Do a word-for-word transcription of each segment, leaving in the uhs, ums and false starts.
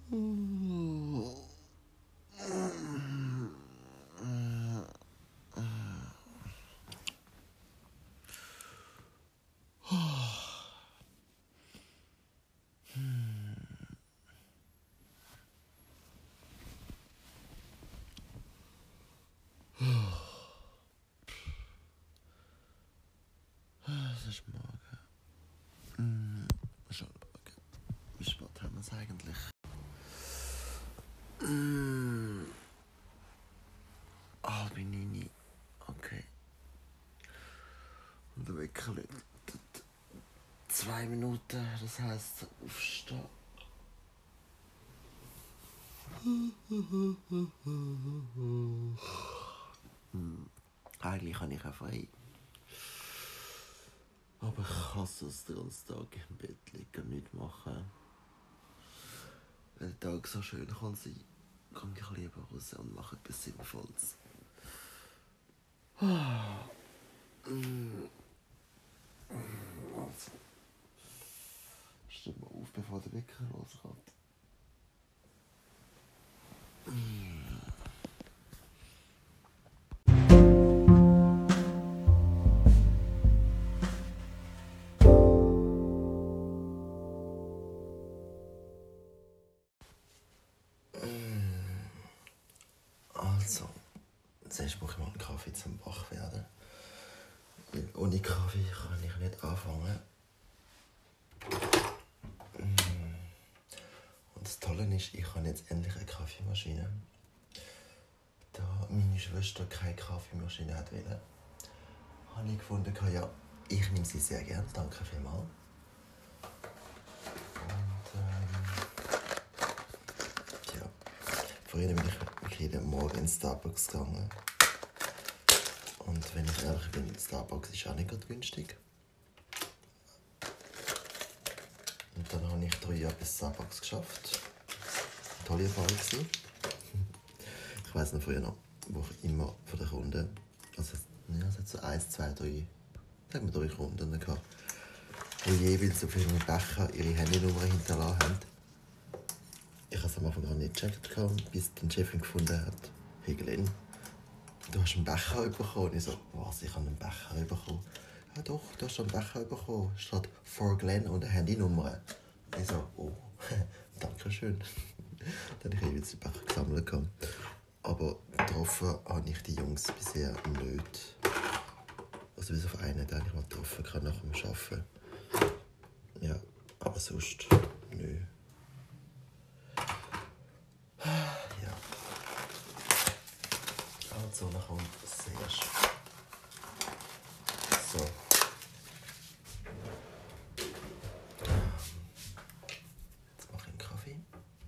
Es ist morgen. Mm, schon morgen. Wie spät haben wir es eigentlich? Mm, halb neun. Okay. Und der Wecker läutet zwei Minuten. Das heisst, aufstehen. mm, eigentlich habe ich auch frei. Aber ich hasse es, den ganzen Tag im Bett liegen und nichts machen. Wenn der Tag so schön kann sein, kann ich lieber raus und mache etwas Sinnvolles. Also, steh mal auf, bevor der Wecker losgeht. Also, zuerst brauche ich mal einen Kaffee zum wach werden. Weil ohne Kaffee kann ich nicht anfangen. Und das Tolle ist, ich habe jetzt endlich eine Kaffeemaschine. Da meine Schwester keine Kaffeemaschine hat wollte, habe ich gefunden, ja, ich nehme sie sehr gerne, danke vielmals. Und ähm, ja, früher bin ich jeden Morgen in Starbucks gegangen. Und wenn ich ehrlich bin, Starbucks ist auch nicht gerade günstig. Und dann habe ich drei Jahre bei Starbucks geschafft. Tolle Erfahrung. Ich weiss noch früher noch, wo ich immer von den Kunden, also ja, es hat so eins, zwei, drei, sagen wir drei Kunden gehabt, die jeweils auf ihren Becher ihre Handynummer hinterlassen haben. Ich habe es am Anfang gar nicht gecheckt, bis die Chefin gefunden hat, hey Glenn, du hast einen Becher bekommen. Und ich so, was, ich habe einen Becher bekommen? Ja doch, du hast einen Becher bekommen. Es steht for Glenn und eine Handynummer. Und ich so, oh, danke schön. Dann habe ich jeweils die Becher gesammelt. Aber getroffen habe ich die Jungs bisher nicht. Also bis auf einen, den ich mal getroffen kann nach dem Arbeiten. Ja, aber sonst nö. Ja. Also, dann kommt das erste. So. Jetzt mache ich einen Kaffee.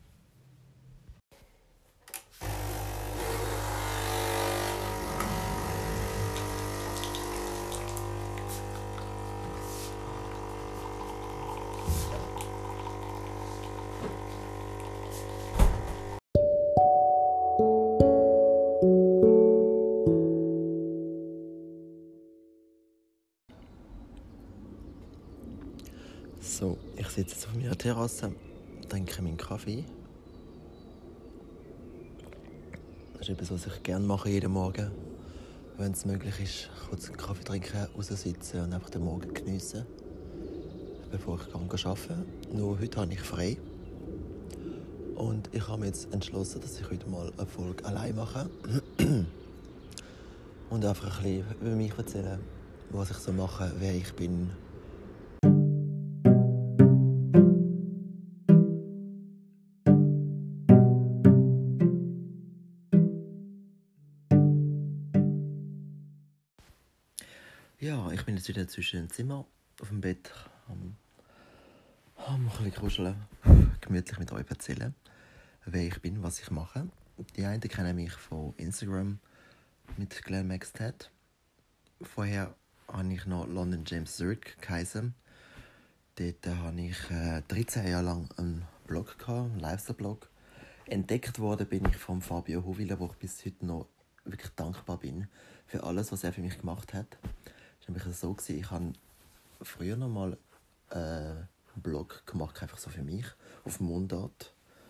So, ich sitze jetzt auf meiner Terrasse, trinke meinen Kaffee. Das ist etwas, was ich gerne mache jeden Morgen. Wenn es möglich ist, kurz einen Kaffee trinken, raussitzen und einfach den Morgen geniessen, bevor ich arbeiten gehe. Nur heute habe ich frei. Und ich habe mir jetzt entschlossen, dass ich heute mal eine Folge allein mache. Und einfach ein bisschen über mich erzählen, was ich so mache, wer ich bin. Ja, ich bin jetzt wieder zwischen dem Zimmer, auf dem Bett, am, am ein bisschen kuscheln, gemütlich mit euch erzählen, wer ich bin, was ich mache. Die einen kennen mich von Instagram mit Glenn Max Ted. Vorher habe ich noch London James Zurich geheißen. Dort habe ich äh, dreizehn Jahre lang einen Blog gehabt, einen Lifestyle-Blog. Entdeckt worden bin ich von Fabio Huvila, wo ich bis heute noch wirklich dankbar bin für alles, was er für mich gemacht hat. Es war nämlich so, ich habe früher noch mal äh, einen Blog gemacht, einfach so für mich, auf Mundart.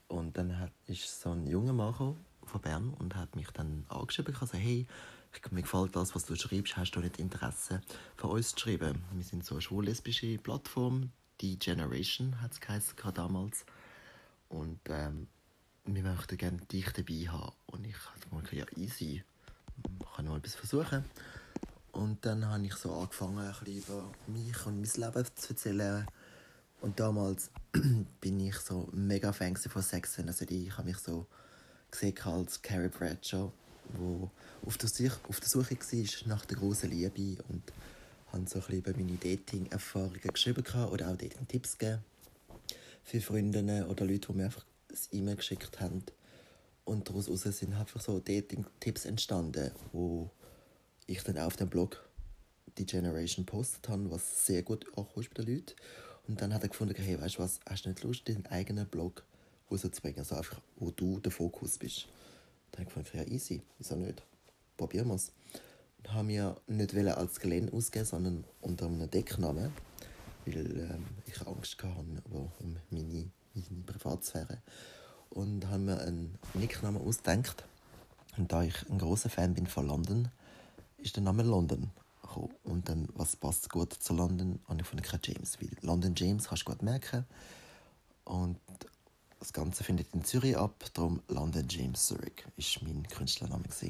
Und dann hat, ist so ein junger Mann gekommen von Bern und hat mich dann angeschrieben und gesagt, hey, ich, mir gefällt das, was du schreibst, hast du nicht Interesse, von uns zu schreiben? Wir sind so eine schwul-lesbische Plattform, die Generation hat es geheißen damals. Und ähm, wir möchten gerne dich dabei haben. Und ich habe gedacht, ja, easy, ich kann mal etwas versuchen. Und dann habe ich so angefangen, ein bisschen über mich und mein Leben zu erzählen. Und damals bin ich so mega Fan von Sex and the City. Ich habe mich so gesehen als Carrie Bradshaw, wo auf der Suche, auf der Suche war nach der grossen Liebe und habe so ein bisschen über meine Dating-Erfahrungen geschrieben oder auch Dating-Tipps gegeben für Freundinnen oder Leute, die mir einfach ein E-Mail geschickt haben. Und daraus sind einfach so Dating-Tipps entstanden, wo ich dann auch auf dem Blog die Generation gepostet habe, was sehr gut angekommen ist bei den Leuten. Und dann hat er gefunden, hey, weißt du was, hast du nicht Lust, deinen eigenen Blog rauszubringen, also einfach, wo du der Fokus bist. Dann habe ich gefunden, ja, easy, wieso nicht? Probieren wir es. Und haben wir nicht als Glenn ausgeben, sondern unter einem Decknamen, weil ähm, ich Angst hatte um meine, meine Privatsphäre. Und haben mir einen Nicknamen ausgedacht. Und da ich ein grosser Fan bin von London, ist der Name London gekommen. Und dann, was passt gut zu London, habe ich von kein James. Weil London James kannst du gut merken. Und das Ganze findet in Zürich ab, darum London James Zurich ist mein Künstlername gewesen.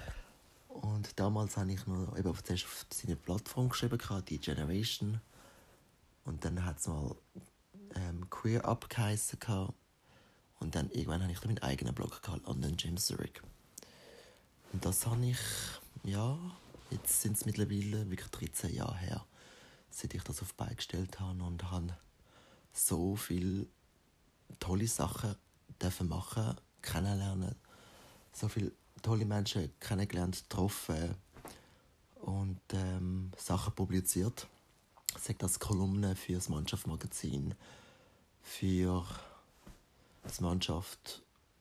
Und damals habe ich noch eben auf seine Plattform geschrieben, die Generation. Und dann hat es mal ähm, Queer Up geheissen. Und dann irgendwann habe ich dann meinen eigenen Blog gehabt, London James Zurich. Und das habe ich, ja, jetzt sind es mittlerweile wirklich dreizehn Jahre her, seit ich das auf die Beine gestellt habe und habe so viele tolle Sachen dürfen machen, kennenlernen, so viele tolle Menschen kennengelernt, getroffen und ähm, Sachen publiziert. Sei das Kolumnen für das Mannschaft-Magazin, für das Mannschaft,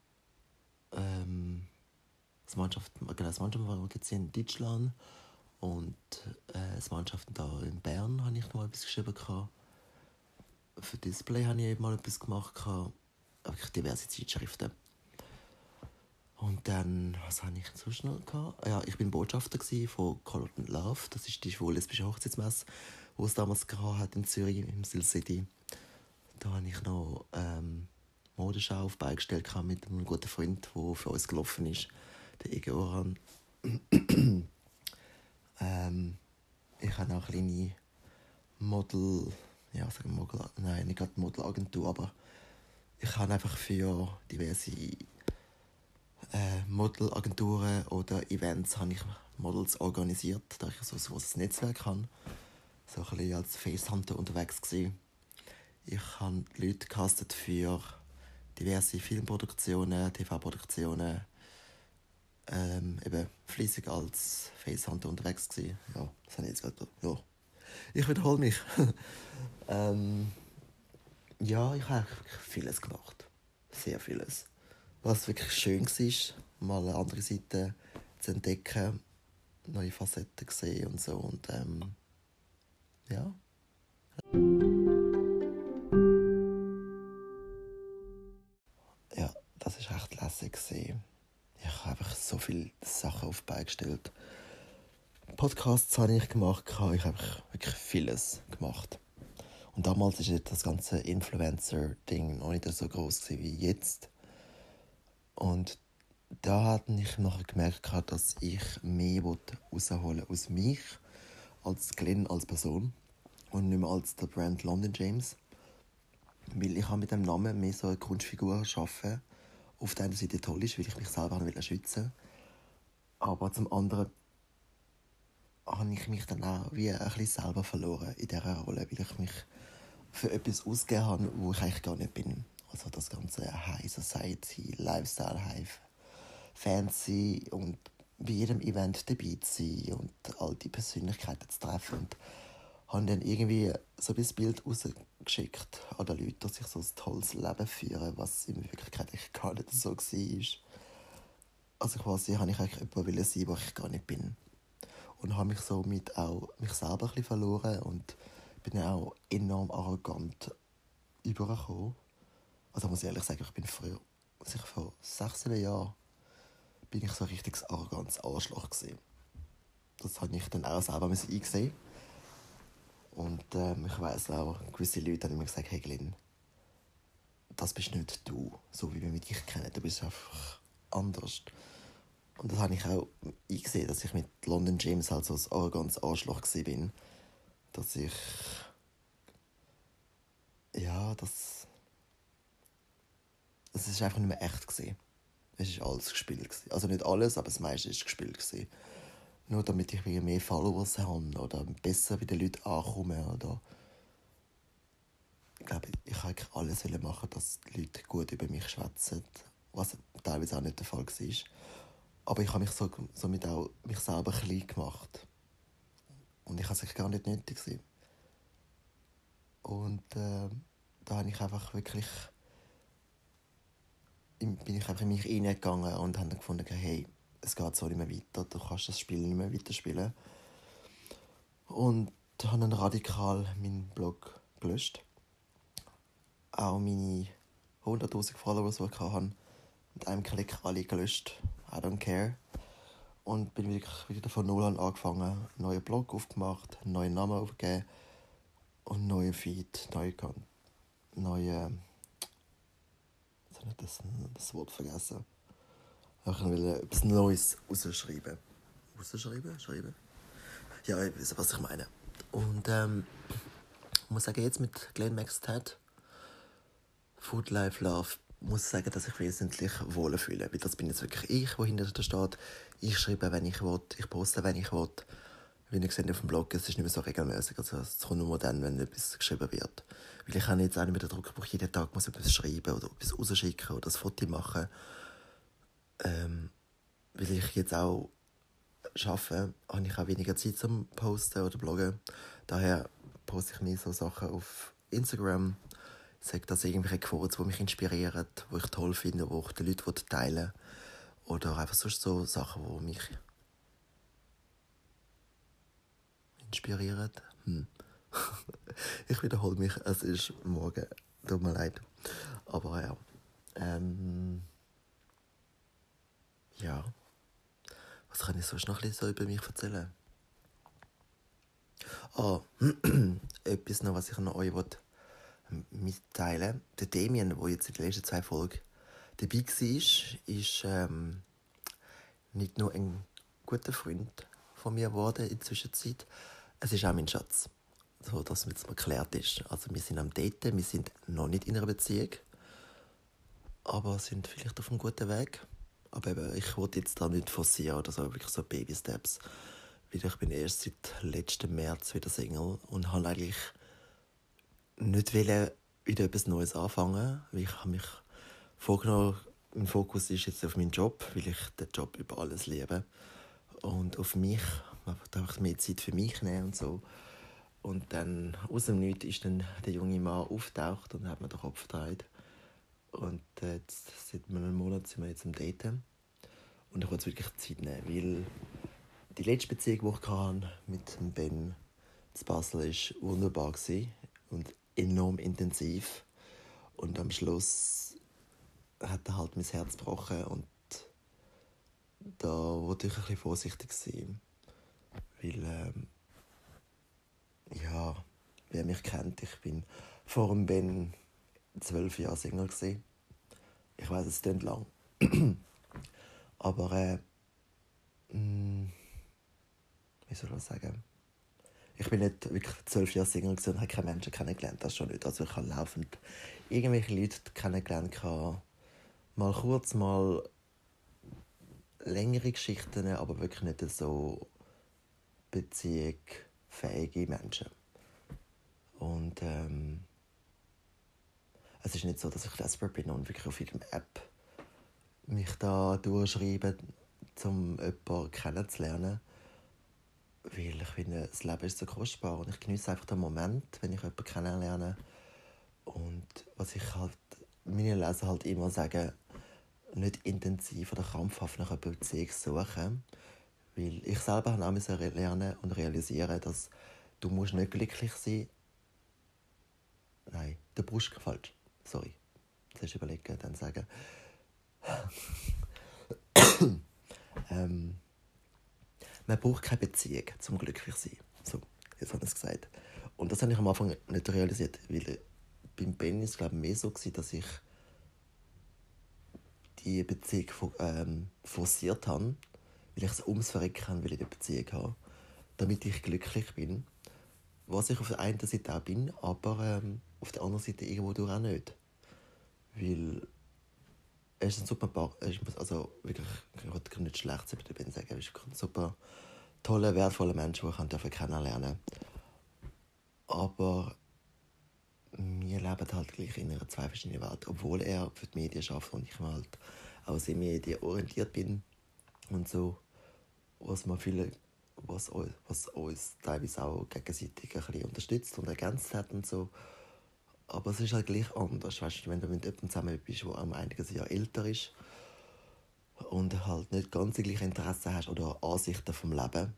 ähm, das Mannschaft, genau, das Mannschaft-Magazin in Deutschland und äh, das Mannschaft da in Bern habe ich noch mal etwas geschrieben. Für Display habe ich eben mal etwas gemacht, wirklich diverse Zeitschriften. Und dann, was habe ich so schnell gehabt? Ja, ich bin Botschafter von Color and Love. Das ist die schwul-lesbische Hochzeitsmesse, die es damals hat in Zürich, im Sil City. Da habe ich noch ähm, Modenschau auf beigestellt mit einem guten Freund, der für uns gelaufen ist, der Ege Oran. ähm, ich habe auch eine kleine Model, ja, sagen Model, nein, nicht gerade Modelagentur, aber ich habe einfach für diverse äh, Modelagenturen oder Events habe ich Models organisiert, da ich so ein großes Netzwerk habe. So ein bisschen als Facehunter unterwegs gewesen. Ich habe die Leute gecastet für diverse Filmproduktionen, T V-Produktionen. Ähm, eben fleissig als Facehunter unterwegs gewesen. Ja, das habe ich jetzt gerade. Ja. Ich wiederhole mich. ähm, ja, ich habe wirklich vieles gemacht. Sehr vieles. Was wirklich schön war, mal eine andere Seite zu entdecken, neue Facetten zu sehen und so. Und ähm, ja. Ja, das war echt lässig. Ich habe einfach so viele Sachen auf die Beine gestellt. Podcasts habe ich gemacht, ich habe wirklich vieles gemacht. Und damals war das ganze Influencer-Ding noch nicht so groß wie jetzt. Und da habe ich nachher gemerkt, dass ich mehr rausholen aus mich, als Glenn als Person und nicht mehr als der Brand London James. Weil ich mit dem Namen mehr so eine Kunstfigur schaffen, auf der einen Seite toll ist, weil ich mich selber schützen will. Aber zum anderen habe ich mich dann auch wie ein bisschen selber verloren in dieser Rolle, weil ich mich für etwas ausgegeben habe, wo ich eigentlich gar nicht bin. Also das ganze High Society, Lifestyle, High Fancy und bei jedem Event dabei zu sein und all die Persönlichkeiten zu treffen. Und habe dann irgendwie so ein Bild rausgeschickt an die Leute, dass ich so ein tolles Leben führe, was in Wirklichkeit eigentlich gar nicht so war. Also quasi habe ich eigentlich jemand sein, wo ich gar nicht bin. Und habe mich somit auch mich selber ein bisschen verloren und bin auch enorm arrogant übergekommen. Also muss ich ehrlich sagen, ich bin früher, sicher vor sechs, sieben Jahren, bin ich so ein richtiges arrogantes Arschloch gewesen. Das habe ich dann auch selber eingesehen. Und ähm, ich weiss auch, gewisse Leute haben mir gesagt, hey Glenn, das bist nicht du, so wie wir dich kennen, du bist einfach anders. Und das habe ich auch eingesehen, dass ich mit London James halt so ein arrogantes Arschloch war. Dass ich... Ja, das... Es ist einfach nicht mehr echt gewesen. Es war alles gespielt gewesen. Also nicht alles, aber das meiste war gespielt gewesen. Nur damit ich mehr Followers habe oder besser bei den Leuten ankomme. Oder ich glaube, ich wollte alles machen, dass die Leute gut über mich schwätzen. Was teilweise auch nicht der Fall war. Aber ich habe mich so, somit auch mich selber klein gemacht. Und ich habe es gar nicht nötig gewesen. Und äh, da habe ich einfach wirklich... bin ich einfach in mich reingegangen und habe dann gefunden, hey, es geht so nicht mehr weiter, du kannst das Spiel nicht mehr weiterspielen. Und habe dann radikal meinen Blog gelöscht. Auch meine hunderttausend Follower, die ich hatte, mit einem Klick alle gelöscht. I don't care. Und bin wirklich wieder von null an angefangen, einen neuen Blog aufgemacht, einen neuen Namen aufgegeben und einen neuen Feed, neue, neue jetzt habe ich das, das Wort vergessen. Ich wollte etwas Neues rausschreiben. Rausschreiben? Schreiben? Ja, ich weiß, was ich meine. Und ähm, ich muss sagen, jetzt mit Glenn Max Ted, Food, Life, Love, muss ich sagen, dass ich wesentlich wohler fühle. Weil das bin jetzt wirklich ich, der hinter da steht. Ich schreibe, wenn ich will. Ich poste, wenn ich will. Wie ihr seht auf dem Blog, es ist nicht mehr so regelmäßig. Also es kommt nur dann, wenn etwas geschrieben wird. Weil ich habe jetzt auch nicht mehr den Druck, wo ich jeden Tag muss etwas schreiben oder etwas rausschicken oder ein Foto machen. Ähm, weil ich jetzt auch arbeite, habe ich auch weniger Zeit zum Posten oder Bloggen. Daher poste ich mir so Sachen auf Instagram. Ich sage das irgendwelche Quotes, die mich inspirieren, die ich toll finde, die ich den Leuten teilen will. Oder einfach sonst so Sachen, die mich inspirieren. Hm. Ich wiederhole mich, es ist morgen. Tut mir leid. Aber ja. Ähm, ja. Was kann ich sonst noch ein bisschen so über mich erzählen? Ah, etwas noch, was ich noch euch mitteilen will. Der Damien, der jetzt in den letzten zwei Folgen dabei war, ist ähm, nicht nur ein guter Freund von mir geworden in der Zwischenzeit, es ist auch mein Schatz. So, dass es jetzt mal geklärt ist. Also wir sind am Daten, wir sind noch nicht in einer Beziehung, aber sind vielleicht auf einem guten Weg. Aber eben, ich wollte jetzt da nicht forcieren oder so, wirklich so Baby-Steps. Weil ich bin erst seit letztem März wieder Single und habe eigentlich nicht wollen, wieder etwas Neues anfangen. Weil ich habe mich vorgenommen, mein Fokus ist jetzt auf meinen Job, weil ich den Job über alles liebe. Und auf mich, einfach mehr Zeit für mich nehmen und so. Und dann aus dem Nichts ist dann der junge Mann aufgetaucht und hat mir den Kopf gedreht. Und jetzt, seit einem Monat sind wir jetzt am Daten. Und ich wollte wirklich Zeit nehmen, weil die letzte Beziehung, die ich hatte mit Ben in Basel, war wunderbar und enorm intensiv. Und am Schluss hat er halt mein Herz gebrochen und da wollte ich ein bisschen vorsichtig sein. Weil, ähm, ja, wer mich kennt, ich bin vor dem Ben zwölf Jahre Single gewesen. Ich weiss, es klingt lang. Aber, äh, mh, wie soll ich sagen? Ich bin nicht wirklich zwölf Jahre Single gewesen und habe keine Menschen kennengelernt, das schon nicht. Also ich habe laufend irgendwelche Leute kennengelernt, mal kurz, mal längere Geschichten, aber wirklich nicht so beziehungsfähige Menschen. Und ähm, es ist nicht so, dass ich desperate bin und wirklich auf jedem App mich da durchschreibe, um jemanden kennenzulernen. Weil ich finde, das Leben ist so kostbar und ich genieße einfach den Moment, wenn ich jemanden kennenlerne. Und was ich halt meinen Lesern halt immer sage, nicht intensiv oder krampfhaft nach einer Beziehung suchen. Weil ich selber habe auch lernen und realisieren, dass du musst nicht glücklich sein. Nein, du brauchst falsch. Sorry. Zuerst überlegen, dann sagen. ähm, man braucht keine Beziehung, zum glücklich zu sein. So, jetzt habe ich es gesagt. Und das habe ich am Anfang nicht realisiert, weil beim Ben war es, glaube ich, mehr so, dass ich die Beziehung ähm, forciert habe, weil ich es ums Verrecken will in der Beziehung haben, damit ich glücklich bin. Was ich auf der einen Seite auch bin, aber ähm, auf der anderen Seite irgendwo durch auch nicht. Weil er ist ein super Paar, also wirklich, ich kann nicht schlecht über den Ben sagen, er ist ein super toller, wertvoller Mensch, den ich kennenlernen durfte. Aber wir leben halt gleich in einer zwei verschiedenen Welt, obwohl er für die Medien arbeitet und ich halt auch sehr medienorientiert bin und so, was man viele, was uns, was uns teilweise auch gegenseitig ein bisschen unterstützt und ergänzt hat und so. Aber es ist halt gleich anders, weißt du, wenn du mit jemandem zusammen bist, der um einiges Jahr älter ist und halt nicht ganz die gleichen Interessen hast oder Ansichten vom Leben.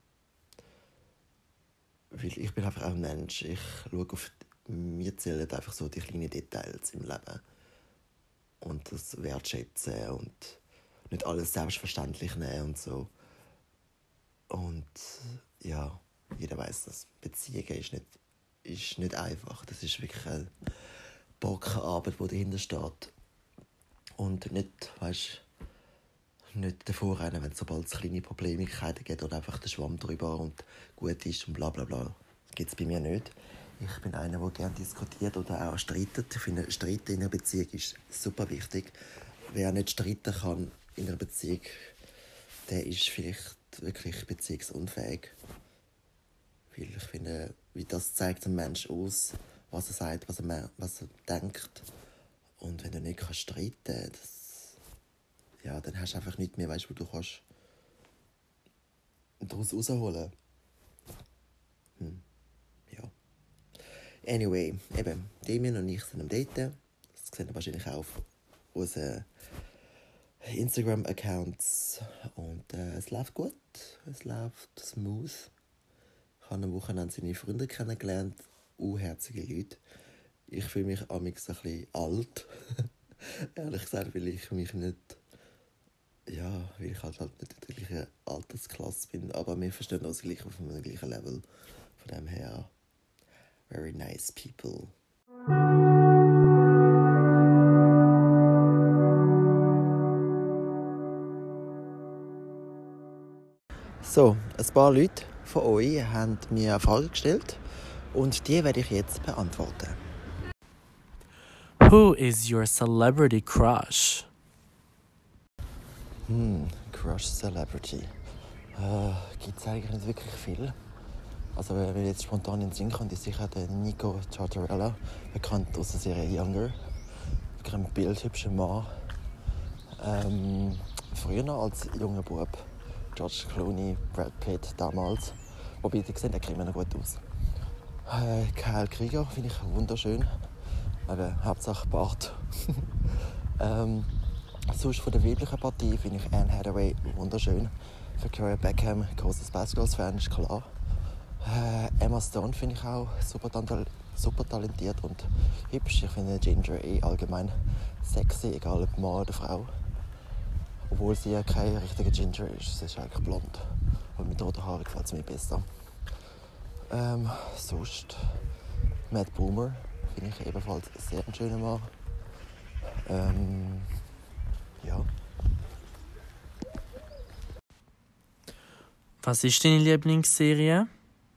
Weil ich bin einfach auch ein Mensch, ich schaue auf, mir zählen einfach so die kleinen Details im Leben. Und das wertschätzen und nicht alles selbstverständlich nehmen und so. Und ja, jeder weiss, dass Beziehungen ist nicht, ist nicht einfach. Das ist wirklich eine Bockenarbeit, die dahinter steht. Und nicht, weißt, nicht davor rennen, wenn es sobald es kleine Problemigkeiten gibt oder einfach der Schwamm drüber und gut ist und bla bla bla. Das gibt es bei mir nicht. Ich bin einer, der gerne diskutiert oder auch streitet. Ich finde, Streiten in einer Beziehung ist super wichtig. Wer nicht streiten kann in einer Beziehung, der ist vielleicht wirklich beziehungsunfähig. Weil ich finde, wie das zeigt ein Mensch aus, was er sagt, was er, was er denkt. Und wenn du nicht kannst streiten kannst, ja, dann hast du einfach nichts mehr, weißt, wo du kannst daraus rausholen. Hm. Ja. Anyway, eben, Damien und ich sind am Daten. Das seht ihr wahrscheinlich auch auf unseren Instagram-Accounts. Und äh, es läuft gut, es läuft smooth. Ich habe am Wochenende seine Freunde kennengelernt, unherzige Leute. Ich fühle mich amigs ein bisschen alt. Ehrlich gesagt, weil ich mich nicht... Ja, weil ich halt, halt nicht in der gleichen Altersklasse bin. Aber wir verstehen uns gleich auf einem gleichen Level. Von dem her, very nice people. So, ein paar Leute von euch haben mir Fragen gestellt und die werde ich jetzt beantworten. Who is your celebrity crush? Hm, Crush Celebrity. Äh, gibt es eigentlich nicht wirklich viel. Also wenn ich jetzt spontan in den Sinn kommt, ist sicher der Nico Tartarella, bekannt aus der Serie Younger. Wirklich ein bildhübscher Mann. Ähm, früher noch als junger Bub. George Clooney, Brad Pitt damals. Wobei, die sehen immer noch gut aus. Äh, Kyle Krieger finde ich wunderschön. Aber Hauptsache Bart. ähm, sonst von der weiblichen Partie finde ich Anne Hathaway wunderschön. Victoria Beckham, großes Basketball-Fan, ist klar. Äh, Emma Stone finde ich auch super, tal- super talentiert und hübsch. Ich finde Ginger eh allgemein sexy, egal ob Mann oder Frau. Obwohl sie ja keine richtige Ginger ist. Sie ist eigentlich blond. Und mit roten Haaren gefällt es mir besser. Ähm, sonst Matt Boomer finde ich ebenfalls ein sehr schöner Mann. Ähm, ja. Was ist deine Lieblingsserie?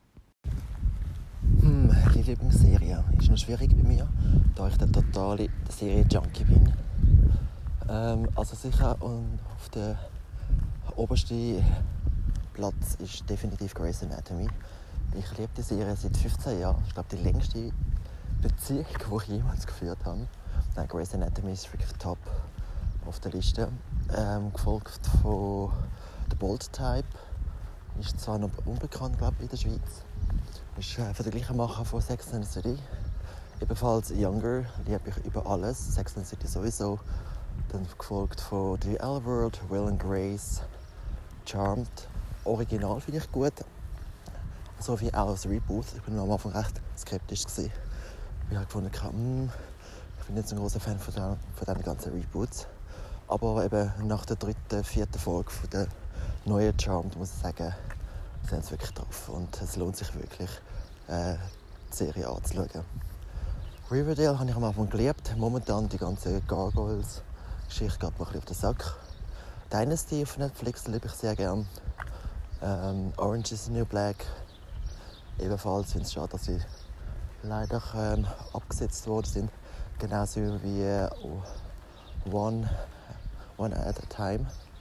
Hm, die Lieblingsserie ist noch schwierig bei mir, da ich der totale Serie-Junkie bin. Ähm, also sicher und auf der obersten Platz ist definitiv Grey's Anatomy. Ich liebe die Serie seit fünfzehn Jahren. Ich glaube, die längste Beziehung, die ich jemals geführt habe. Nein, Grey's Anatomy ist wirklich top auf der Liste. Ähm, gefolgt von The Bold Type. Ist zwar noch unbekannt, glaube ich, in der Schweiz. Ist äh, von der gleichen Macher von Sex and the City. Ebenfalls Younger, liebe ich über alles. Sex and the City sowieso. Dann gefolgt von The L World, Will and Grace, Charmed. Original finde ich gut. So wie auch das Reboot. Ich war am Anfang recht skeptisch gewesen. Ich habe gefunden, hm, bin nicht so ein großer Fan von, der, von diesen ganzen Reboots. Aber eben nach der dritten, vierten Folge von der neuen Charmed, muss ich sagen, sind sie wirklich drauf. Und es lohnt sich wirklich, äh, die Serie anzuschauen. Riverdale habe ich am Anfang geliebt. Momentan die ganze Gargoyles-Geschichte geht mir ein bisschen auf den Sack. Dynasty auf Netflix liebe ich sehr gern. Ähm, Orange is the New Black. Ebenfalls finde ich es schade, dass sie leider ähm, abgesetzt worden sind. Genauso wie äh, One, One at a Time.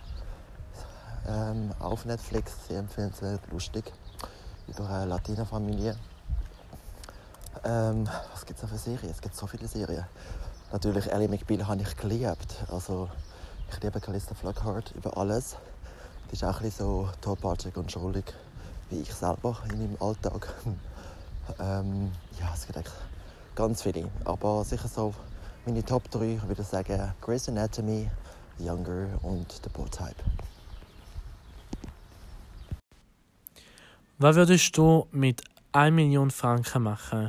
Ähm, auf Netflix, sehr empfehlenswert, lustig. Über eine Latina-Familie. Ähm, was gibt es noch für Serien? Es gibt so viele Serien. Natürlich, Ally McBeal habe ich geliebt. Also, ich liebe Calista Flockhart über alles. Die ist auch ein bisschen so tollpatschig und schrullig wie ich selber in meinem Alltag. ähm, ja, es gibt eigentlich ganz viele. Aber sicher so meine Top drei, ich würde sagen, Grey's Anatomy, Younger und The Bold Type. Was würdest du mit einer Million Franken machen?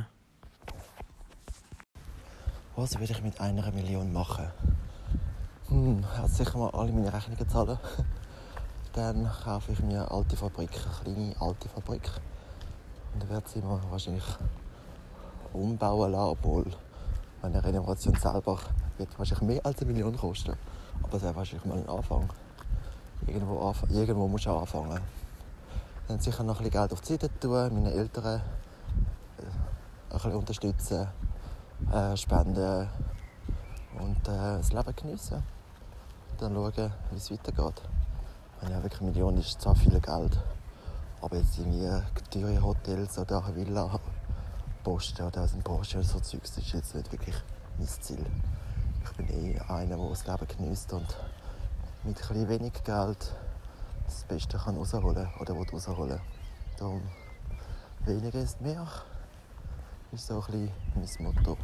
Was würde ich mit einer Million machen? Hm, also sicher mal alle meine Rechnungen zahlen. Dann kaufe ich mir eine alte Fabrik, eine kleine alte Fabrik. Und dann werde ich immer wahrscheinlich umbauen lassen, obwohl meine Renovation selber wird wahrscheinlich mehr als eine Million kosten. Aber das wäre wahrscheinlich mal ein Anfang. Irgendwo, anf- irgendwo musst du anfangen. Dann sicher noch ein bisschen Geld auf die Seite tun, meine Eltern ein bisschen unterstützen, äh, spenden und äh, das Leben geniessen. Dann schauen, wie es weitergeht. Wenn ja wirklich eine Million ist zwar viel Geld, aber jetzt irgendwie teure Hotels oder eine Villa, Posten oder ein Porsche oder so Zeugs, das ist jetzt nicht wirklich mein Ziel. Ich bin eh einer, der das Leben genießt und mit ein bisschen wenig Geld das Beste kann rausholen oder will rausholen. Darum weniger ist mehr, ist so ein bisschen mein Motto.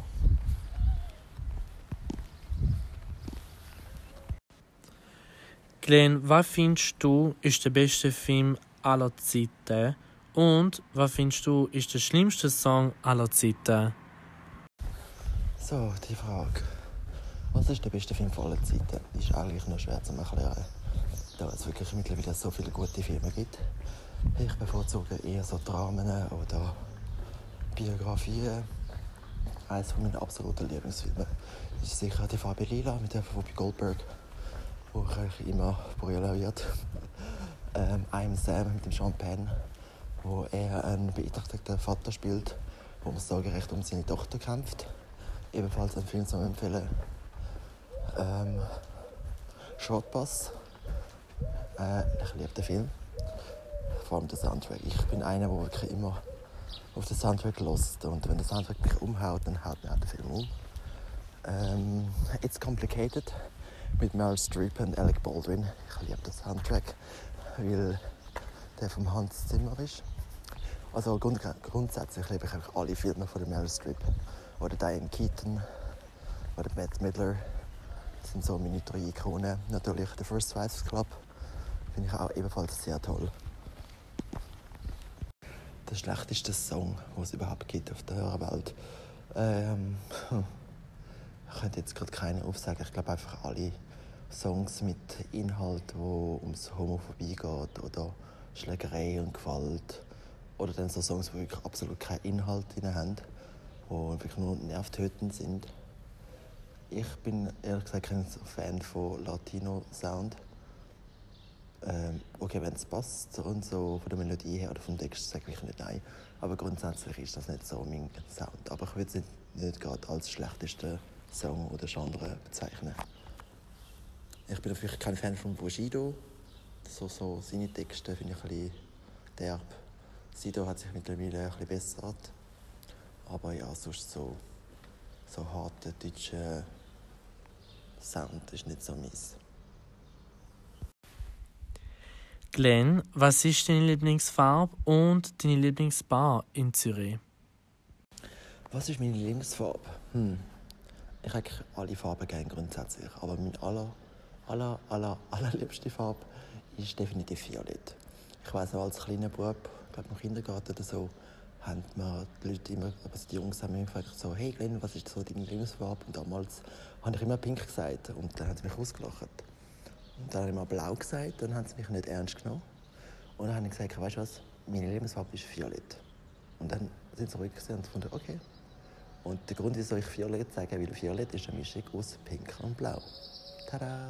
Glenn, was findest du ist der beste Film aller Zeiten? Und was findest du ist der schlimmste Song aller Zeiten? So, die Frage. Was ist der beste Film aller Zeiten? Ist eigentlich noch schwer zu erklären, da es wirklich mittlerweile so viele gute Filme gibt. Ich bevorzuge eher so Dramen oder Biografien. Eines meiner absoluten Lieblingsfilme ist sicher «Die Farbe Lila» mit der Whoopi Goldberg, wo ich immer brüllen wird. ähm, «I'm Sam» mit dem Sean Penn, wo er einen beeinträchtigten Vater spielt, wo ums Sorgerecht um seine Tochter kämpft. Ebenfalls ein Film zu empfehlen. Ähm, «Shortbus». Äh, ich liebe den Film. Vor allem der Soundtrack. Ich bin einer, der wirklich immer auf den Soundtrack hört. Und wenn der Soundtrack mich umhaut, dann haut mir auch der Film um. Ähm, «It's Complicated» mit Meryl Streep und Alec Baldwin. Ich liebe den Soundtrack, weil der vom Hans Zimmer ist. Also grund- grundsätzlich liebe ich eigentlich alle Filme von der Meryl Streep. Oder Diane Keaton oder Bette Midler. Das sind so meine drei Ikonen. Natürlich der First Wives Club finde ich auch ebenfalls sehr toll. Der schlechteste Song, den es überhaupt gibt auf der Welt. Ähm, ich könnte jetzt gerade keinen aufsagen. Ich glaube einfach alle Songs mit Inhalt, wo ums Homophobie geht oder Schlägerei und Gewalt. Oder dann so Songs, die wirklich absolut keinen Inhalt drin haben, die wirklich nur nervtötend sind. Ich bin ehrlich gesagt kein Fan von Latino-Sound. Ähm, okay, wenn es passt und so von der Melodie her oder vom Text, sage ich nicht nein. Aber grundsätzlich ist das nicht so mein Sound. Aber ich würde es nicht, nicht gerade als schlechtesten Song oder Genre bezeichnen. Ich bin natürlich kein Fan von Bushido. So, so seine Texte finde ich ein bisschen derb. Sido hat sich mittlerweile ein bisschen bessert. Aber ja, sonst so, so harter deutscher Sound ist nicht so meins. Glenn, was ist deine Lieblingsfarbe und deine Lieblingsbar in Zürich? Was ist meine Lieblingsfarbe? Hm. Ich habe alle Farben gerne grundsätzlich, aber meine aller, aller, aller, allerliebste Farbe ist definitiv Violett. Ich weiss noch, als kleiner Bub, ich glaube im Kindergarten oder so, haben mir die Leute immer, also die Jungs haben mich gefragt, so, hey Glenn, was ist so deine Lieblingsfarbe? Und damals habe ich immer pink gesagt und dann haben sie mich ausgelacht. Und dann habe ich mal blau gesagt, dann haben sie mich nicht ernst genommen. Und dann habe ich gesagt, weißt du was, meine Lieblingsfarbe ist violett. Und dann sind sie ruhig und gefunden, okay. Und der Grund, wieso ich violett sage, weil violett ist eine Mischung aus pink und blau. Tada!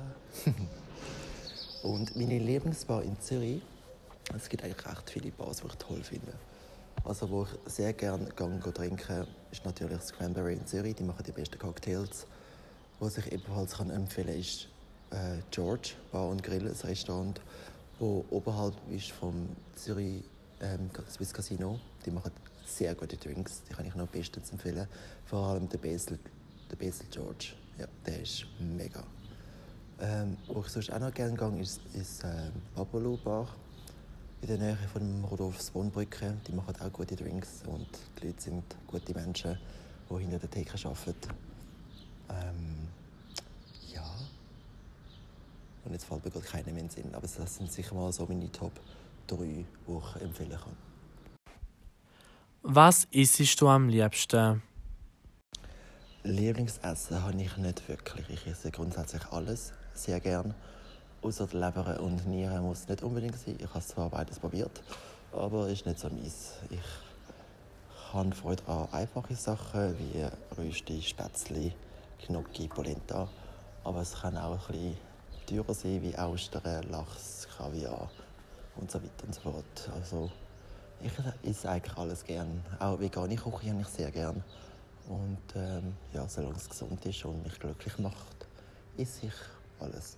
Und meine Lieblingsbar in Zürich, es gibt eigentlich recht viele Bars, die ich toll finde. Also, wo ich sehr gerne gehe trinken, ist natürlich das Cranberry in Zürich. Die machen die besten Cocktails. Was ich ebenfalls kann empfehlen kann, ist äh, George Bar und Grill, ein Restaurant, das oberhalb ist vom Zürich ähm, Swiss Casino. Die machen sehr gute Drinks, die kann ich noch bestens empfehlen. Vor allem der Basil, der Basil George, ja, der ist mega. Ähm, wo ich sonst auch noch gerne gehe, ist, ist äh, Babolo Bar. In der Nähe von der Rudolfs-Bonn-Brücke. Die machen auch gute Drinks und die Leute sind gute Menschen, die hinter der Theke arbeiten. Ähm, ja. Und jetzt fällt mir gerade keiner mehr in den Sinn. Aber das sind sicher mal so meine Top drei, die ich empfehlen kann. Was isst du am liebsten? Lieblingsessen habe ich nicht wirklich. Ich esse grundsätzlich alles sehr gern. Außer die Leber und Nieren muss nicht unbedingt sein. Ich habe zwar beides probiert, aber es ist nicht so meins. Ich habe Freude an einfache Sachen wie Rösti, Spätzli, Gnocchi, Polenta. Aber es kann auch ein bisschen teurer sein, wie Austern, Lachs, Kaviar und so weiter und so fort. Also, ich esse eigentlich alles gern. Auch vegane Küche habe ich sehr gern. Und ähm, ja, solange es gesund ist und mich glücklich macht, esse ich alles.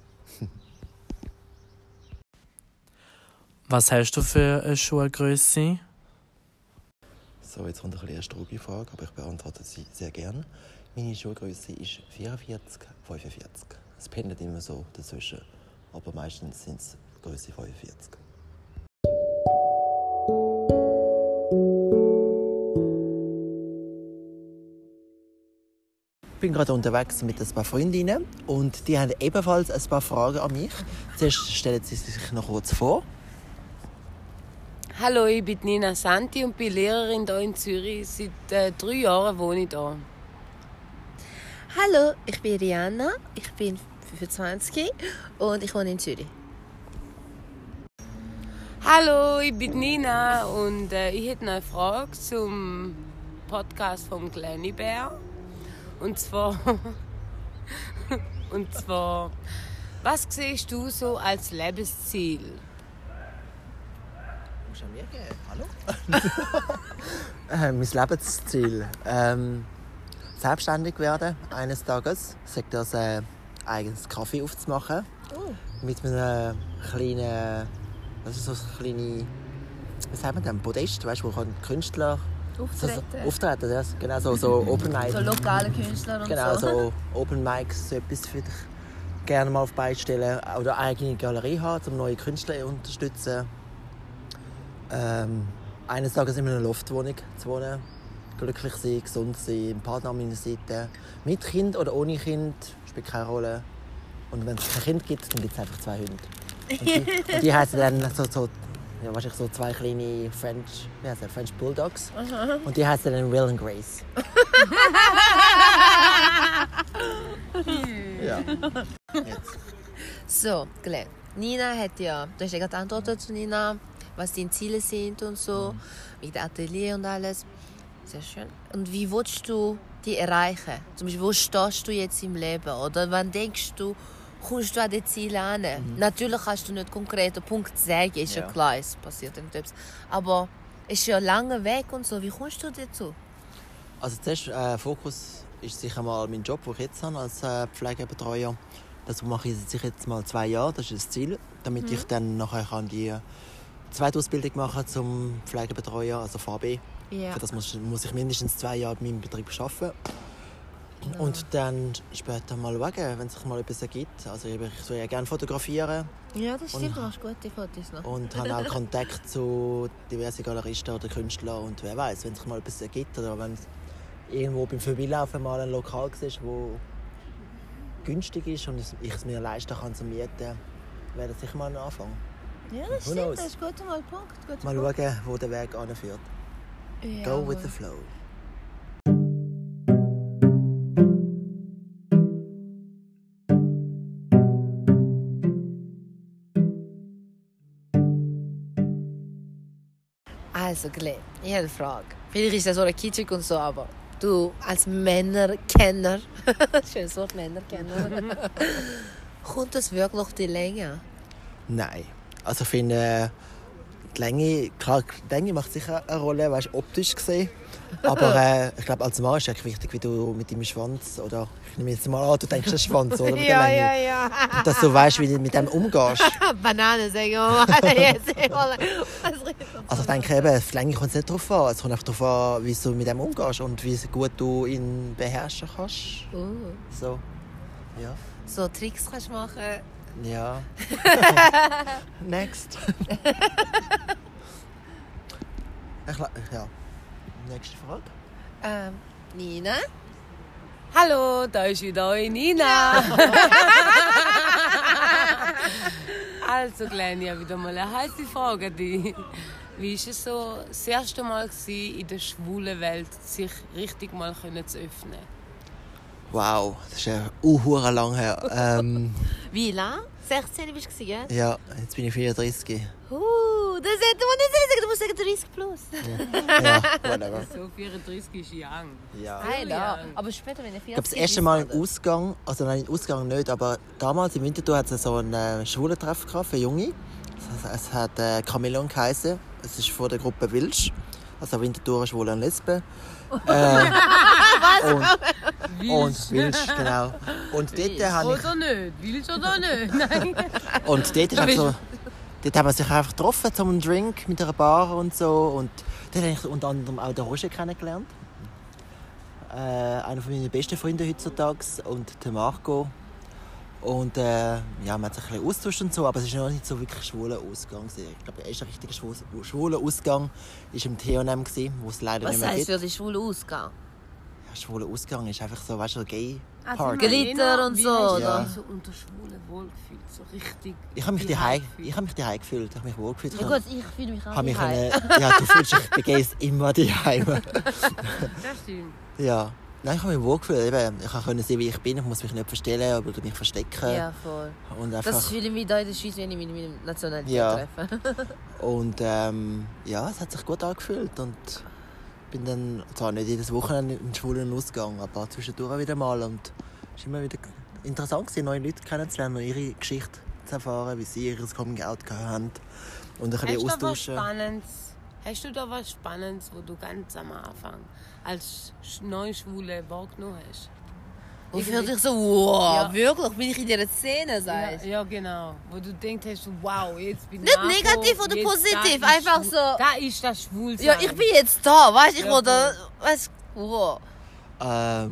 Was hast du für eine Schuhgröße? So, jetzt kommt ein bisschen eine strube Frage, aber ich beantworte sie sehr gerne. Meine Schuhgröße ist vierundvierzig, fünfundvierzig. Es pendelt immer so dazwischen, aber meistens sind es Größe fünfundvierzig. Ich bin gerade unterwegs mit ein paar Freundinnen und die haben ebenfalls ein paar Fragen an mich. Zuerst stellen sie sich noch kurz vor. Hallo, ich bin Nina Santi und bin Lehrerin hier in Zürich. Seit äh, drei Jahren wohne ich hier. Hallo, ich bin Rihanna, ich bin fünfundzwanzig und ich wohne in Zürich. Hallo, ich bin Nina und äh, ich hätte noch eine Frage zum Podcast vom Glenny Bär. Und zwar, und zwar, was siehst du so als Lebensziel? Musst du mir geben? Hallo? äh, mein Lebensziel. Ähm, selbstständig werden eines Tages. Sagt das, äh, eigenes Kaffee aufzumachen. Oh. Mit einem kleinen, das ist so ein kleines, was sagen wir denn, Podest, weißt du, wo Künstler auftreten. So, auftreten, ja. Genau, so, so Open Mic. So lokale Künstler und genau, so. Genau, so Open Mics, so etwas für dich gerne mal auf die Beine stellen. Oder eine eigene Galerie haben, um neue Künstler zu unterstützen. Ähm, eines Tages in einer Loftwohnung zu wohnen. Glücklich sein, gesund sein, einen Partner an meiner Seite. Mit Kind oder ohne Kind, spielt keine Rolle. Und wenn es kein Kind gibt, dann gibt es einfach zwei Hunde. Und die, und die heißen dann so, so, ja, wahrscheinlich so zwei kleine French, wie heißt das, French Bulldogs. Uh-huh. Und die heißen dann Will und Grace. Ja. Jetzt. So, Glenn. Nina hat ja, du hast ja gerade geantwortet zu Nina, was deine Ziele sind und so, mhm. mit dem Atelier und alles. Sehr schön. Und wie willst du die erreichen? Zum Beispiel, wo stehst du jetzt im Leben? Oder wann denkst du, kommst du an die Ziele an? Mhm. Natürlich kannst du nicht konkreten Punkt sagen, ist ja, ja klar, es passiert etwas. Aber es ist ja ein langer Weg und so. Wie kommst du dazu? Also zuerst, äh, Fokus ist sicher mal mein Job, den ich jetzt habe als äh, Pflegebetreuer. Das mache ich jetzt mal zwei Jahre, das ist das Ziel, damit mhm. ich dann nachher kann die zweite Ausbildung machen zum Pflegebetreuer, also V B. Ja. Für das muss, muss ich mindestens zwei Jahre in meinem Betrieb arbeiten. Ja. Und dann später mal schauen, wenn sich mal etwas ergibt. Also ich würde ja gerne fotografieren. Ja, das stimmt, du machst gute Fotos noch. Und habe auch Kontakt zu diversen Galeristen oder Künstlern. Und wer weiß, wenn sich mal etwas ergibt oder wenn irgendwo beim Vorbeilaufen mal ein Lokal ist, wo günstig ist und ich es mir leisten kann zu mieten, wäre das sicher mal ein Anfang. Ja, das stimmt, das ist gut, mal Punkt. Gut mal Punkt. schauen, wo der Weg anführt. Ja, Go with aber- the flow. Also, Glenn, ich habe eine Frage. Vielleicht ist das so eine kitschig und so, aber du als Männerkenner, schönes Wort, Männerkenner, kommt das wirklich auf die Länge? Nein. Also ich finde, äh, die Länge, klar, die Länge macht sicher eine Rolle, weißt, optisch gesehen. Aber äh, ich glaube, als Mann ist es wichtig, wie du mit deinem Schwanz, oder ich nehme jetzt mal an, du denkst an Schwanz, oder? Mit der Länge. ja. Und dass du weißt, wie du mit dem umgehst. Banane, sagen wir mal. Jetzt, Also ich denke eben, die Länge kommt nicht darauf an. Es kommt einfach darauf an, wie du mit dem umgehst und wie gut du ihn beherrschen kannst. uh, So, ja. so Tricks kannst du machen. Ja. Next. ich, la- ja. Nächste Frage. Ähm, Nina? Hallo, da ist wieder eure Nina. Also, Glenn, ich habe wieder mal eine heiße Frage an dich. Wie war es so das erste Mal gewesen, in der schwulen Welt, sich richtig mal können zu öffnen? Wow, das ist ja uh, lang her. Ähm, Wie lang? sechzehn bist du, gell? ja, jetzt bin ich vierunddreißig. Uh, das hätte man nicht sagen, du musst sagen dreißig plus. Ja, whatever. So vierunddreißig ist young. Ja. Nein, ja. ja. Aber später, wenn ich vierzig Ich glaube, das erste Mal im Ausgang, also nein, im Ausgang nicht, aber damals im Winterthur hat es so einen äh, Schwulentreff gehabt für Junge. Es, es hat äh, Chameleon geheißen. Es ist von der Gruppe Wilsch, also Winterthur Schwule und Lesben. Äh, und, und Wilsch, genau. Und dort habe ich Oder nicht? Willst du oder nicht? Nein. Und dort, ist bist- so, dort haben wir sich einfach getroffen zum einen Drink mit einer Bar und so. Und dort habe ich unter anderem auch den Roger kennengelernt. Äh, einer von meinen besten Freunde heutzutage. Und den Marco. Und äh, ja, man hat sich ein bisschen austauscht und so, aber es war noch nicht so wirklich ein schwuler Ausgang. Ich glaube, der erste richtige schwul- schwuler Ausgang war im T und M, wo es leider Was nicht mehr heisst gibt. für die schwule Ausgang? Ja, schwuler Ausgang ist einfach so, weißt du, so gay Also, Party. Glitter und wie so, hast du oder? dich so unter Schwulen wohlgefühlt? So richtig. Ich habe mich die daheim, gefühlt? ich habe mich daheim gefühlt, ich habe mich wohl gefühlt. Ich Ja habe- gut, ich fühle mich auch habe mich daheim. eine, ja, du fühlst dich bei Gays immer daheim. Das stimmt. Ja. Nein, ich habe mich wohl gefühlt. Eben, ich konnte sehen, wie ich bin. Ich muss mich nicht verstellen oder mich verstecken. Ja, voll. Und einfach, Das fühle ich mich da in der Schweiz, wenn ich mich mit meiner Nationalität Ja. treffe. und ähm, ja, es hat sich gut angefühlt. Und bin dann zwar nicht jedes Wochenende in den schwulen Ausgang, aber zwischendurch wieder mal. Und es war immer wieder interessant, neue Leute kennenzulernen und ihre Geschichte zu erfahren, wie sie ihr Coming Out haben. Und ein bisschen Hast du, da was austauschen. Spannendes, hast du da was Spannendes, wo du ganz am Anfang als Sch- Neuschwule wahrgenommen hast? Ich fühle dich so, wow, Ja. wirklich, bin ich in dieser Szene, Ja, sagst du? ja, genau. Wo du denkst, hast, wow, jetzt bin ich Nicht negativ oder positiv, einfach so- Da ist das Schwulsein. Ja, ich bin jetzt da, weißt du, ich Ja, wollte, weißt du, wow. Äh,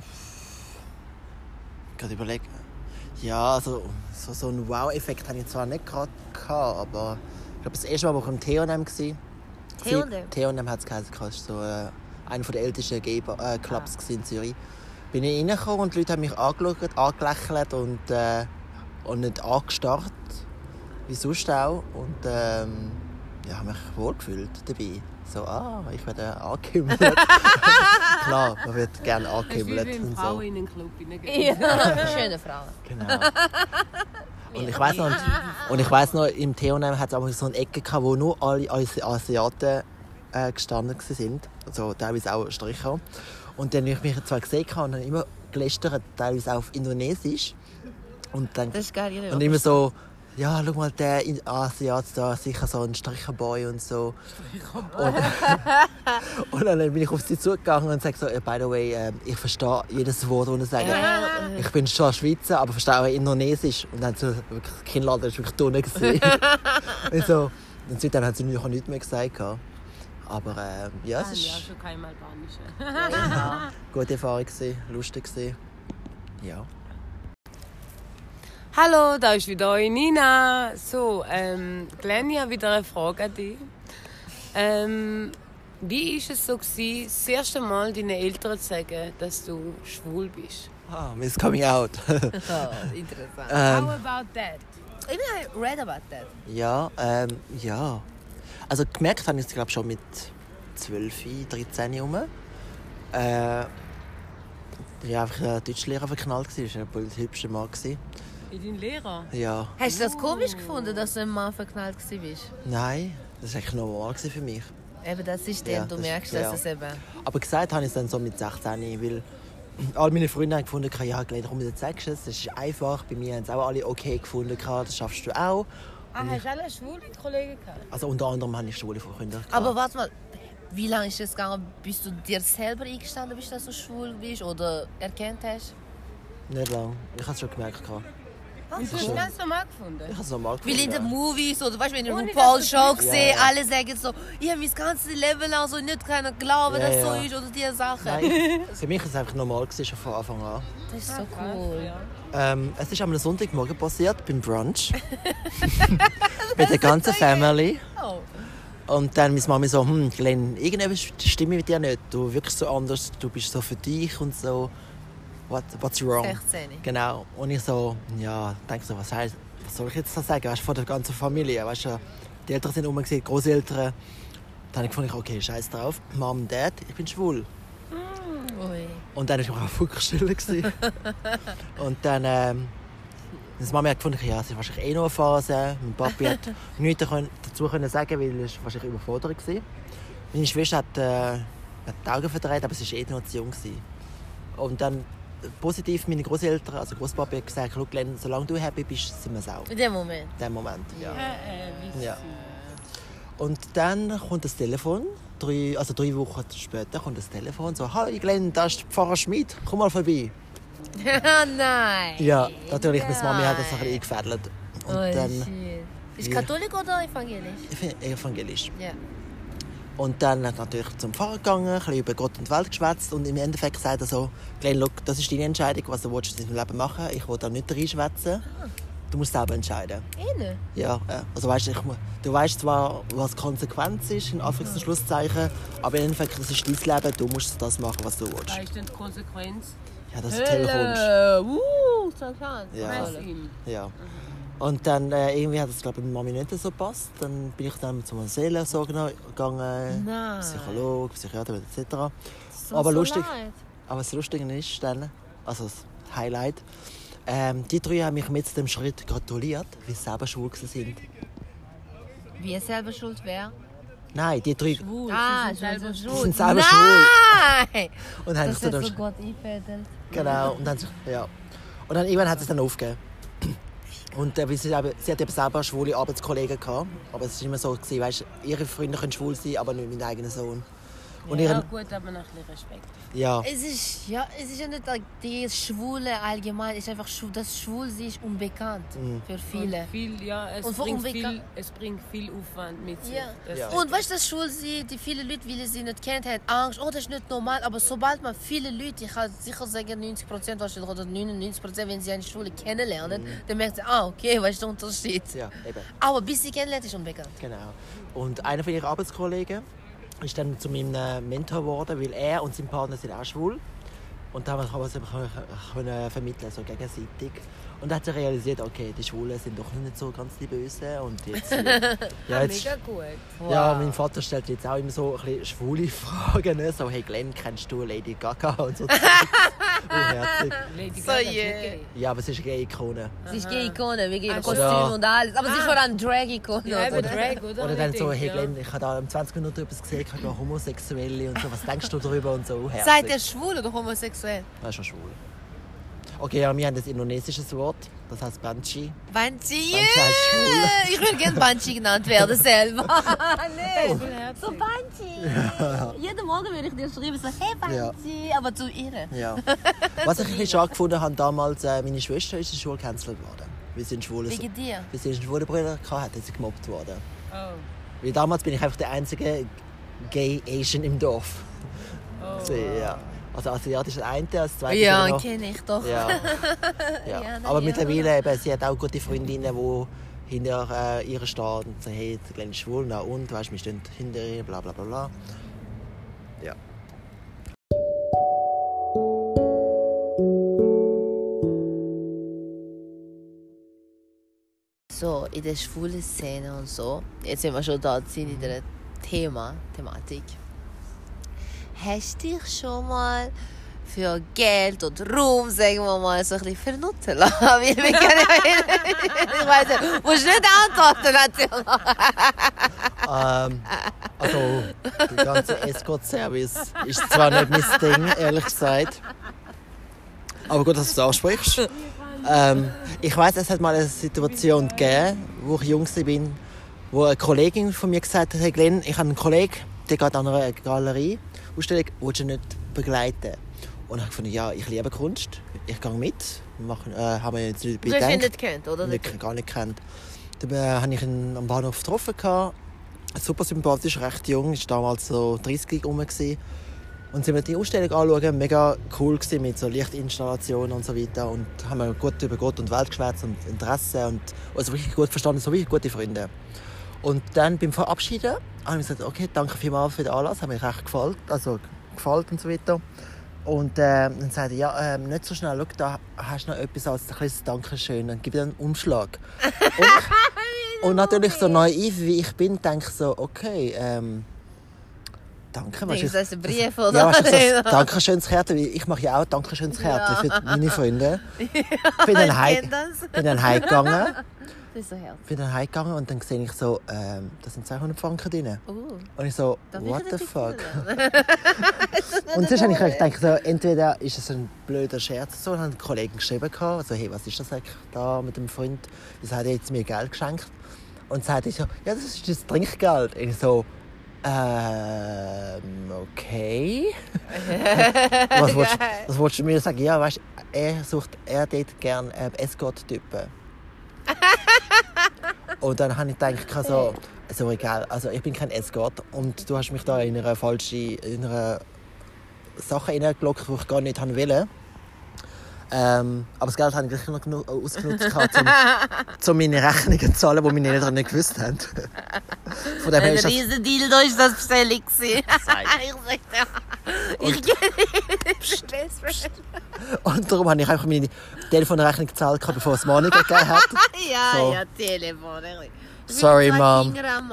gerade überlegen. Ja, also so, so einen Wow-Effekt hatte ich zwar nicht gerade gehabt, aber ich glaube, das erste Mal, wo ich im T und M war. T und M? T und M hat es geheißen. Das ist so äh, einer der ältesten Gay-Clubs in Zürich. Bin ich reingekommen und die Leute haben mich angeschaut, angelächelt und, äh, und nicht angestarrt. Wie sonst auch. Und ähm, ja, habe mich wohlgefühlt dabei. So, ah, ich werde angehimmelt. Klar, man wird gerne Das ist wie angehimmelt. wenn und Frauen so. in einen Club hineingehen. Ja. Schöne Frauen. Genau. Und ich weiss noch, und ich weiss noch, im T und M hat es auch so eine Ecke gehabt, wo nur alle Asi- Asiaten äh, gestanden sind. Also teilweise auch Stricher. Und dann habe ich mich zwar gesehen und dann immer gelästert, teilweise auch auf Indonesisch. Und dann Das ist geil, ich und immer so, ja, schau mal, der In- Asiat da, sicher so ein Stricherboy und so. Und, und dann bin ich auf sie zugegangen und sage so, "Eh, by the way, äh, ich verstehe jedes Wort, das er sagt. Ich bin schon Schweizer, aber verstehe auch Indonesisch. Und dann so, wirklich, das Kinnladen war wirklich drinnen. gewesen. und so. Und seitdem hat sie noch nichts mehr gesagt. Aber ähm, ja, es Ah, ja, ist schon kein Albanische. eine gute Erfahrung, gewesen, lustig. Gewesen. Ja. Hallo, da ist wieder eure Nina. So, ähm, Glenn, ich habe wieder eine Frage an dich. Ähm, wie war es so, gewesen, das erste Mal deinen Eltern zu sagen, dass du schwul bist? Ah, Miss Coming Out. Oh, interessant. ähm, How about that? Ich bin read about that. ja, ähm, ja. Also gemerkt habe ich es, glaube schon mit zwölf, dreizehn herum. Äh, ja, einfach ein Deutschlehrer verknallt gewesen. Das war ein hübscher Mann. In deinen Lehrer? Ja. Hast du das komisch gefunden, dass du ein Mann verknallt warst? Nein, das war eigentlich normal für mich. Eben, das ist Ja, dem, du das- merkst, ja. dass es eben... Aber gesagt habe ich es dann so mit sechzehn, weil all meine Freunde haben gefunden, ja, Glenn, warum du das sagst, das ist einfach. Bei mir haben es auch alle okay gefunden, das schaffst du auch. Ah, hast du alle schwule Kollegen gehabt? Also unter anderem habe ich schwule Freunde gehabt. Aber warte mal, wie lange ist es gegangen, bis du dir selber eingestanden bist, dass du schwul bist oder erkannt hast? Nicht lange. Ich habe es schon gemerkt. gehabt. Wieso hast du das normal gefunden? Ich habe es normal Weil in gefunden. den Movies oder weißt du, in der Ohne, RuPaul dass du Show bist. gesehen, Ja, ja. alle sagen so, ich habe mein ganzes Leben lang so nicht keiner glauben, Ja, dass so ja. ist oder diese Sachen. Nein, für mich war es einfach normal, gewesen, schon von Anfang an. Das ist so Krass, cool. ja. Ähm, es ist am Sonntagmorgen passiert, beim Brunch. Mit der ganzen Family. Oh. Und dann meine Mami so, hm, Glenn, irgendetwas stimmt mit dir nicht. Du wirkst so anders, du bist so für dich und so. What, what's wrong? sechzehn. Genau. Und ich so, ja, denke so, was, heißt, was soll ich jetzt da sagen? Weißt du, von der ganzen Familie. Weißt du, die Eltern sind rum, die Großeltern. Dann habe ich gefunden, okay, scheiß drauf. Mom und Dad, ich bin schwul. Ui. Und dann war ich auch fuchsstill. Und dann, ähm, meine Mami hat gefunden, ja, es ist wahrscheinlich eh noch eine Phase. Mein Papi hat nichts dazu können sagen, weil es wahrscheinlich überfordert war. Meine Schwester hat, äh, hat die Augen verdreht, aber sie war eh noch zu jung. Und dann positiv meine Großeltern, also Großpapi hat gesagt, schau Glenn, solange du happy bist, sind wir es auch. In dem Moment. In dem Moment, ja. Äh, äh, wie Ja. Und dann kommt das Telefon, drei, also drei Wochen später kommt das Telefon, so, «Hallo Glenn, da ist Pfarrer Schmid, komm mal vorbei.» Nein. Ja, natürlich, meine Mami hat das ein bisschen eingefädelt. Und Oh, dann, shit. Ist Ja. Katholik oder evangelisch? ich bin evangelisch. Ja. Und dann hat natürlich zum Pfarrer gegangen, ein bisschen über Gott und die Welt geschwätzt und im Endeffekt gesagt er so, «Glenn, schau, das ist deine Entscheidung, was du willst in deinem Leben machen. Ich will da nicht reinschwätzen. Du musst selber entscheiden.» Innen? Ja, äh, also weißt, ich, mu- du weißt zwar, was Konsequenz ist, in Anführungs- und Schlusszeichen, aber im Endeffekt, das ist dein Leben, du musst das machen, was du willst. Was ist denn die Konsequenz? Ja, dass du telefonst. Hölle! Uh, so krass. Ja. Weiss ihm. Ja. Und dann äh, irgendwie hat es, glaube ich, bei Mami nicht so gepasst. Dann bin ich dann zu einem Seelensorger gegangen, Nein. Psychologe, Psychiater et cetera. So, Aber so lustig. leid. Aber das Lustige ist dann, also das Highlight, ähm, die drei haben mich mit dem Schritt gratuliert, weil sie selber schwul sind. Wie er selber schuld wäre? Nein, die drei Schwul, Ah, sie sind selber die schwul. sind selber schwul. Nein! Und haben Das sich ist dann, so Gott einfädelt. genau, und dann, ja. Und dann irgendwann hat sie es dann aufgegeben. Und äh, weil sie, eben, sie hat eben selber schwule Arbeitskollegen gehabt, aber es war immer so, gewesen, weißt, ihre Freunde können schwul sein, aber nicht mein eigener Sohn. Und Ja, ihren, gut, aber nach ein bisschen Respekt. ja, Es ist, ja, es ist ja nicht die Schwule allgemein, es ist einfach, schw- das Schwulsein ist unbekannt Mhm. für viele. Und viel, ja, es, Und warum bringt viel, bekannt- es bringt viel Aufwand mit sich. Ja. Das Ja. ist- Und weißt du, das Schwulsein, die viele Leute, weil sie nicht kennen, haben Angst, oh, das ist nicht normal. Aber sobald man viele Leute, ich kann sicher sagen neunzig Prozent oder neunundneunzig Prozent, wenn sie eine Schwule kennenlernen, dann merken sie, ah, okay, was ist der Unterschied? ja, eben. Aber bis sie kennenlernen, ist unbekannt. Genau. Und einer von ihren Arbeitskollegen ist dann zu meinem äh, Mentor geworden, weil er und sein Partner sind auch schwul. Und da haben wir es können vermitteln, so gegenseitig. Und dann hat er realisiert, okay, die Schwulen sind doch nicht so ganz die Bösen. Und jetzt, ja, jetzt, Mega gut. ja, mein Vater stellt jetzt auch immer so ein bisschen schwule Fragen. Ne? So, hey Glenn, kennst du Lady Gaga? Und so. Unherzig. Lady So, Gaga ist yeah. nicht gay. Ja, aber es ist eine Gay-Ikone. Sie ist keine Ikone, wir gehen Ah, Kostüm ja. und alles. Aber sie ist vor allem Drag-Ikone. Ja, eben oder? Drag, oder? Oder dann so, Richtig, hey ja. Glenn, ich habe da um zwanzig Minuten etwas gesehen, ich habe Homosexuelle und so. Was denkst du darüber? Und so, herzig. Seid ihr schwul oder homosexuell? Er ist schon schwul. Okay, ja, wir haben das indonesisches Wort, das heißt Banshee. Banshee! Banshee heißt schwul. Ich würde gerne Banshee genannt werden selber. nee. Ich bin herzig. So Banshee. Jeden Morgen würde ich dir schreiben, so, hey Banshee, aber zu ihr. Ja. Was ich ein bisschen schade gefunden habe, damals, äh, meine Schwester ist in der Schule gecancelt worden. Wir sind schwule, Wegen dir. weil sie einen schwulen Bruder hatte, ist sie gemobbt worden. Oh. Weil damals bin ich einfach der einzige Gay Asian im Dorf. Oh. So, ja. Also asiatisch das eine, als zweites Ja, aber noch- kenne ich doch. Ja. ja. Ja, na Aber ja. mittlerweile, eben, sie hat auch gute Freundinnen, die hinter äh, ihr stehen und sagen, hey, der Glenn ist schwul, na und, weißt, wir stehen hinter ihr, bla bla bla bla. Ja. So, in der schwulen Szene und so, jetzt sind wir schon da sind in der Thema, Thematik. hast du dich schon mal für Geld oder Ruhm, sagen wir mal, so ein bisschen vernutzen lassen? Weil wir kennen ja ich weiss nicht, du musst nicht antworten, natürlich. ähm, also, der ganze Escort-Service ist zwar nicht mein Ding, ehrlich gesagt. Aber gut, dass du es ansprichst. Ähm, ich weiss, es hat mal eine Situation gegeben, wo ich jung war, wo eine Kollegin von mir gesagt hat, hey Glenn, ich habe einen Kollegen, der geht an einer Galerie, Ausstellung, willst du nicht begleiten? Und ich habe gefunden, ja, ich liebe Kunst, ich gehe mit. Wir machen, äh, haben wir jetzt nicht Du hast ihn bedenkt. nicht gekannt, oder? Nicht, gar nicht gekannt. Dann äh, habe ich ihn am Bahnhof getroffen. Super sympathisch, recht jung, war damals so dreißig herum. Und sind wir die Ausstellung anschauen, mega cool gewesen, mit so Lichtinstallationen und so weiter. Und haben wir gut über Gott und Welt geschwätzt und Interesse und uns richtig gut verstanden, so wie gute Freunde. Und dann beim Verabschieden habe ich gesagt, okay, danke vielmals für den Anlass, hat mir recht gefallen, also gefallen und so weiter. Und äh, dann sagte er, ja, äh, nicht so schnell, schau, da hast du noch etwas als ein kleines Dankeschön, dann gebe ich einen Umschlag. Und, und natürlich so naiv wie ich bin, denke ich so, okay, ähm, danke. Denkst du, das ist ein Brief, oder? oder? Ja, weißt du, das Dankeschönskärtchen, weil ich mache ja auch Dankeschönskärtchen ja. für meine Freunde. Ich bin dann heim, bin dann heimgegangen. Das ist so herzlich. Ich bin dann heimgegangen und dann sehe ich so, ähm, da sind zweihundert Franken drin. Uh, und ich so, what the fuck? Und sonst habe ich gedacht, so, entweder ist es ein blöder Scherz, so, und habe einen Kollegen geschrieben, also, hey, was ist das eigentlich da mit dem Freund? Das hat er jetzt mir Geld geschenkt. Und sagte ich so, ja, das ist das Trinkgeld. Und ich so, ähm, okay. was, willst, was willst du mir sagen? Ja, weißt, er sucht, er dort gerne äh, Escort-Typen. Und dann habe ich gedacht, so, so egal, also ich bin kein Escort und du hast mich da in eine falsche in eine Sache hineingelockt, die ich gar nicht wollte. Ähm, aber das Geld habe ich gleich noch genug ausgenutzt, um, um meine Rechnungen zu zahlen, die meine Eltern nicht gewusst haben. Von dem ein riesen Dildo ist das Bestellung. Ich sag dir, ich kenne Stress. Und darum habe ich einfach meine Telefonrechnung gezahlt, bevor es Monika gegeben hat. ja, so. ja, Telefon. Sorry, Mom.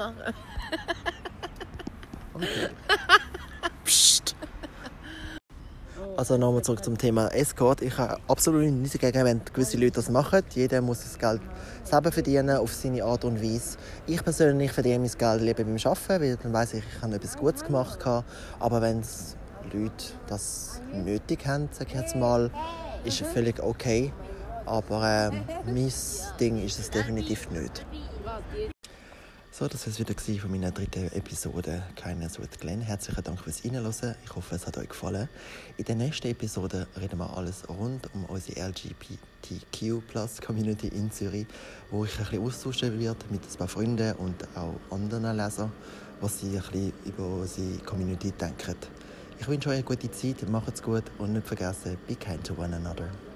Okay. Psst. Also nochmal zurück zum Thema Escort. Ich habe absolut nichts dagegen, wenn gewisse Leute das machen. Jeder muss das Geld selber verdienen, auf seine Art und Weise. Ich persönlich verdiene mein Geld lieber beim Arbeiten, weil dann weiss ich, ich habe etwas Gutes gemacht. Aber wenn Leute das nötig haben, sage ich jetzt mal, ist es völlig okay. Aber ähm, mein Ding ist es definitiv nicht. So, das war es wieder von meiner dritten Episode «Keiner with Glenn». Herzlichen Dank fürs Reinhören. Ich hoffe, es hat euch gefallen. In der nächsten Episode reden wir alles rund um unsere L G B T Q Plus Community in Zürich, wo ich ein bisschen austauschen werde mit ein paar Freunden und auch anderen Lesern, was sie ein bisschen über unsere Community denken. Ich wünsche euch eine gute Zeit, macht's gut und nicht vergessen, be kind to one another.